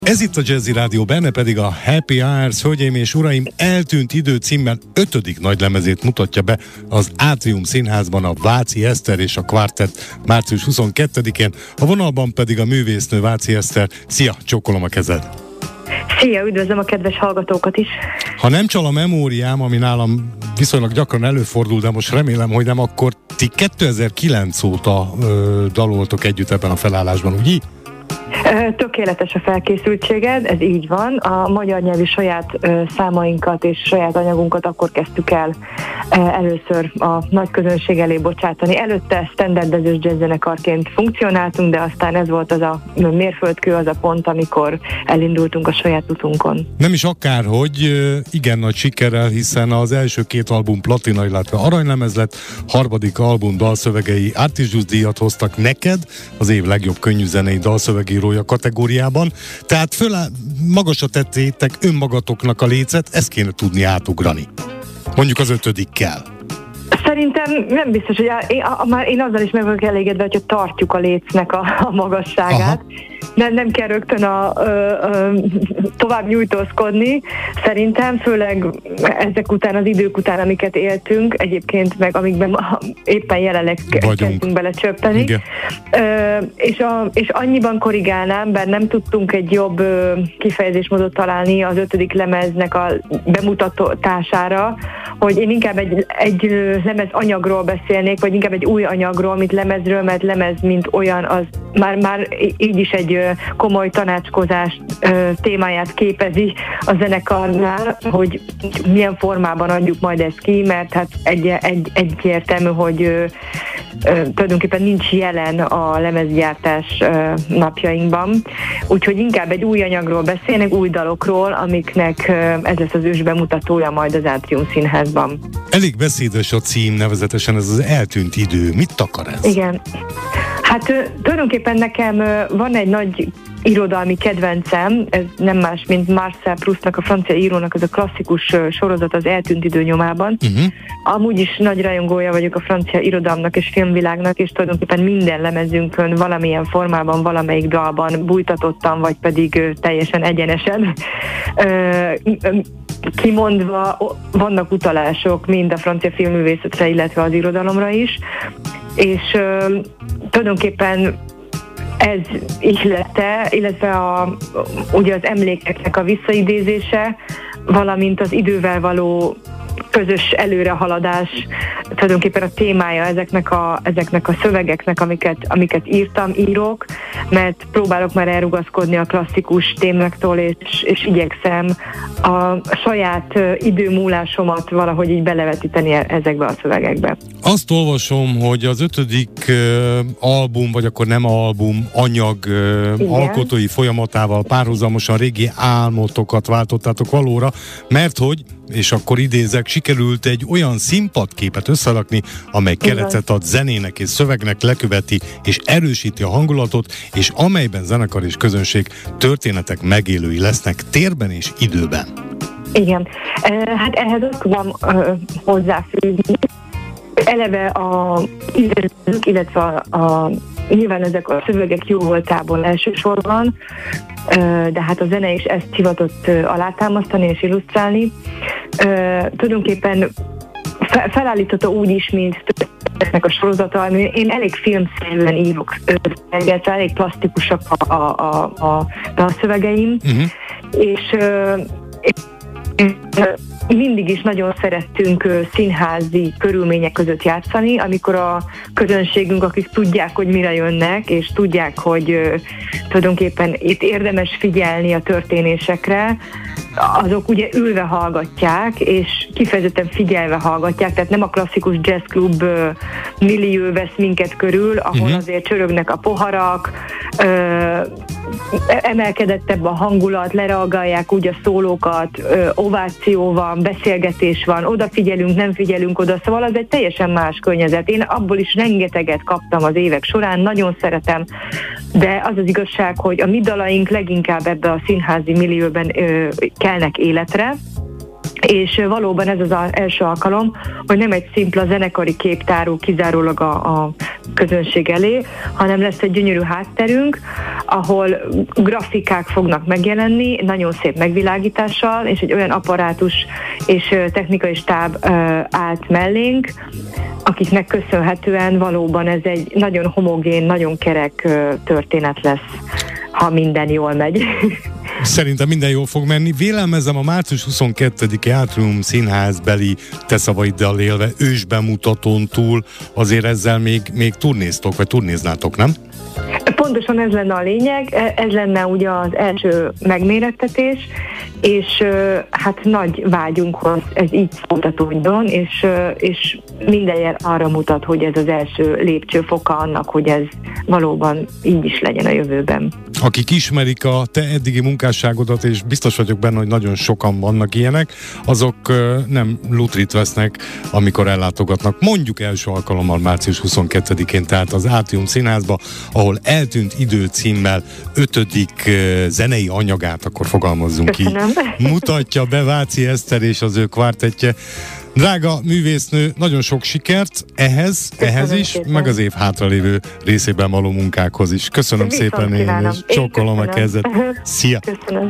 Ez itt a Jazzy Rádió, benne pedig a Happy Hours. Hölgyeim és uraim, Eltűnt idő címmel 5. nagylemezét mutatja be az Átrium Színházban a Váci Eszter és a Quartet március 22-én. A vonalban pedig a művésznő Váci Eszter. Szia, csókolom a kezed! Szia, üdvözlöm a kedves hallgatókat is! Ha nem csal a memóriám, ami nálam viszonylag gyakran előfordul, de most remélem, hogy nem, akkor ti 2009 óta daloltok együtt ebben a felállásban, ugye? Tökéletes a felkészültséged, ez így van. A magyar nyelvű saját számainkat és saját anyagunkat akkor kezdtük el először a nagy közönség elé bocsátani. Előtte standardezős jazzzenekarként funkcionáltunk, de aztán ez volt az a mérföldkő, az a pont, amikor elindultunk a saját utunkon. Nem is akárhogy, igen nagy sikerrel, hiszen az első 2 album platina, illetve aranylemez lett, harmadik album dalszövegei Artist Juice díjat hoztak neked, az év legjobb könnyűzenei dalszövegírója kategóriában, tehát magasra tettétek önmagatoknak a lécet, ezt kéne tudni átugrani. Mondjuk az 5-kel. Szerintem nem biztos, hogy én azzal is meg vagyok elégedve, hogyha tartjuk a lécnek a magasságát. Nem kell rögtön tovább nyújtózkodni. Szerintem főleg ezek után, az idők után, amiket éltünk, egyébként meg amikben éppen jelenleg kezdünk belecsöpteni. És annyiban korrigálnám, bár nem tudtunk egy jobb kifejezésmódot találni az 5. lemeznek a bemutatására, hogy én inkább egy lemez anyagról beszélnék, vagy inkább egy új anyagról, mint lemezről, mert lemez, mint olyan, az már így is egy komoly tanácskozás témáját képezi a zenekarnál, hogy milyen formában adjuk majd ezt ki, mert hát egyértelmű, hogy tulajdonképpen nincs jelen a lemezgyártás napjainkban. Úgyhogy inkább egy új anyagról beszélnek, új dalokról, amiknek ez lesz az ős bemutatója majd az Átrium Színházban. Elég beszédes a cím, nevezetesen ez az Eltűnt idő. Mit takar ez? Igen. Hát tulajdonképpen nekem van egy nagy irodalmi kedvencem, ez nem más, mint Marcel Proustnak, a francia írónak ez a klasszikus sorozat az Eltűnt idő nyomában. Amúgy is nagy rajongója vagyok a francia irodalomnak és filmvilágnak, és tulajdonképpen minden lemezünkön valamilyen formában, valamelyik dalban bújtatottan, vagy pedig teljesen egyenesen kimondva vannak utalások mind a francia filmművészetre, illetve az irodalomra is, és tulajdonképpen ez illetve ugye az emlékeknek a visszaidézése, valamint az idővel való közös előrehaladás tulajdonképpen a témája ezeknek a szövegeknek, amiket írok, mert próbálok már elrugaszkodni a klasszikus témáktól, és igyekszem a saját időmúlásomat valahogy így belevetíteni ezekbe a szövegekbe. Azt olvasom, hogy az 5. album, vagy akkor nem album, anyag alkotói folyamatával párhuzamosan régi álmotokat váltottátok valóra, mert hogy, és akkor idézek, sikerült egy olyan színpadképet összerakni, amely keretet ad zenének és szövegnek, leköveti és erősíti a hangulatot, és amelyben zenekar és közönség történetek megélői lesznek térben és időben. Igen, hát ehhez azt tudom hozzáfűzni. Eleve a idők, illetve nyilván ezek a szövegek jó voltából elsősorban, de hát a zene is ezt hivatott alátámasztani és illusztrálni. Tulajdonképpen felállítható úgy is, mint ezeknek a sorozata, én elég filmszerűen írok, elég plastikusak a szövegeim, és mindig is nagyon szerettünk színházi körülmények között játszani, amikor a közönségünk, akik tudják, hogy mire jönnek, és tudják, hogy tulajdonképpen itt érdemes figyelni a történésekre, azok ugye ülve hallgatják, és kifejezetten figyelve hallgatják, tehát nem a klasszikus jazzklub millió vesz minket körül, ahol azért csörögnek a poharak, emelkedettebb a hangulat, lereagálják úgy a szólókat, ováció van, beszélgetés van, odafigyelünk, nem figyelünk oda, szóval az egy teljesen más környezet. Én abból is rengeteget kaptam az évek során, nagyon szeretem, de az az igazság, hogy a mi dalaink leginkább ebbe a színházi millióben kelnek életre, és valóban ez az első alkalom, hogy nem egy szimpla zenekari képtáró, kizárólag a közönség elé, hanem lesz egy gyönyörű hátterünk, ahol grafikák fognak megjelenni, nagyon szép megvilágítással, és egy olyan apparátus és technikai stáb állt mellénk, akiknek köszönhetően valóban ez egy nagyon homogén, nagyon kerek történet lesz, ha minden jól megy. Szerintem minden jól fog menni. Vélelmezem, a március 22-i Átrium Színházbeli, te szavaiddal élve, ősbemutatón túl azért ezzel még turnéztok, vagy turnéznátok, nem? Pontosan ez lenne a lényeg, ez lenne ugye az első megmérettetés, és hát nagy vágyunk, hogy ez így folytatódjon, és minden jel arra mutat, hogy ez az első lépcsőfoka annak, hogy ez valóban így is legyen a jövőben. Akik ismerik a te eddigi munkásságodat, és biztos vagyok benne, hogy nagyon sokan vannak ilyenek, azok nem lutrit vesznek, amikor ellátogatnak, mondjuk első alkalommal március 22-én, tehát az Átrium Színházba, ahol Eltűnt idő címmel 5. zenei anyagát, akkor fogalmazzunk így, mutatja be Váci Eszter és az ő kvártettje. Drága művésznő, nagyon sok sikert ehhez is, szépen. Meg az év hátralévő részében való munkákhoz is. Köszönöm szépen én, és csókolom a kezet. Szia! Köszönöm.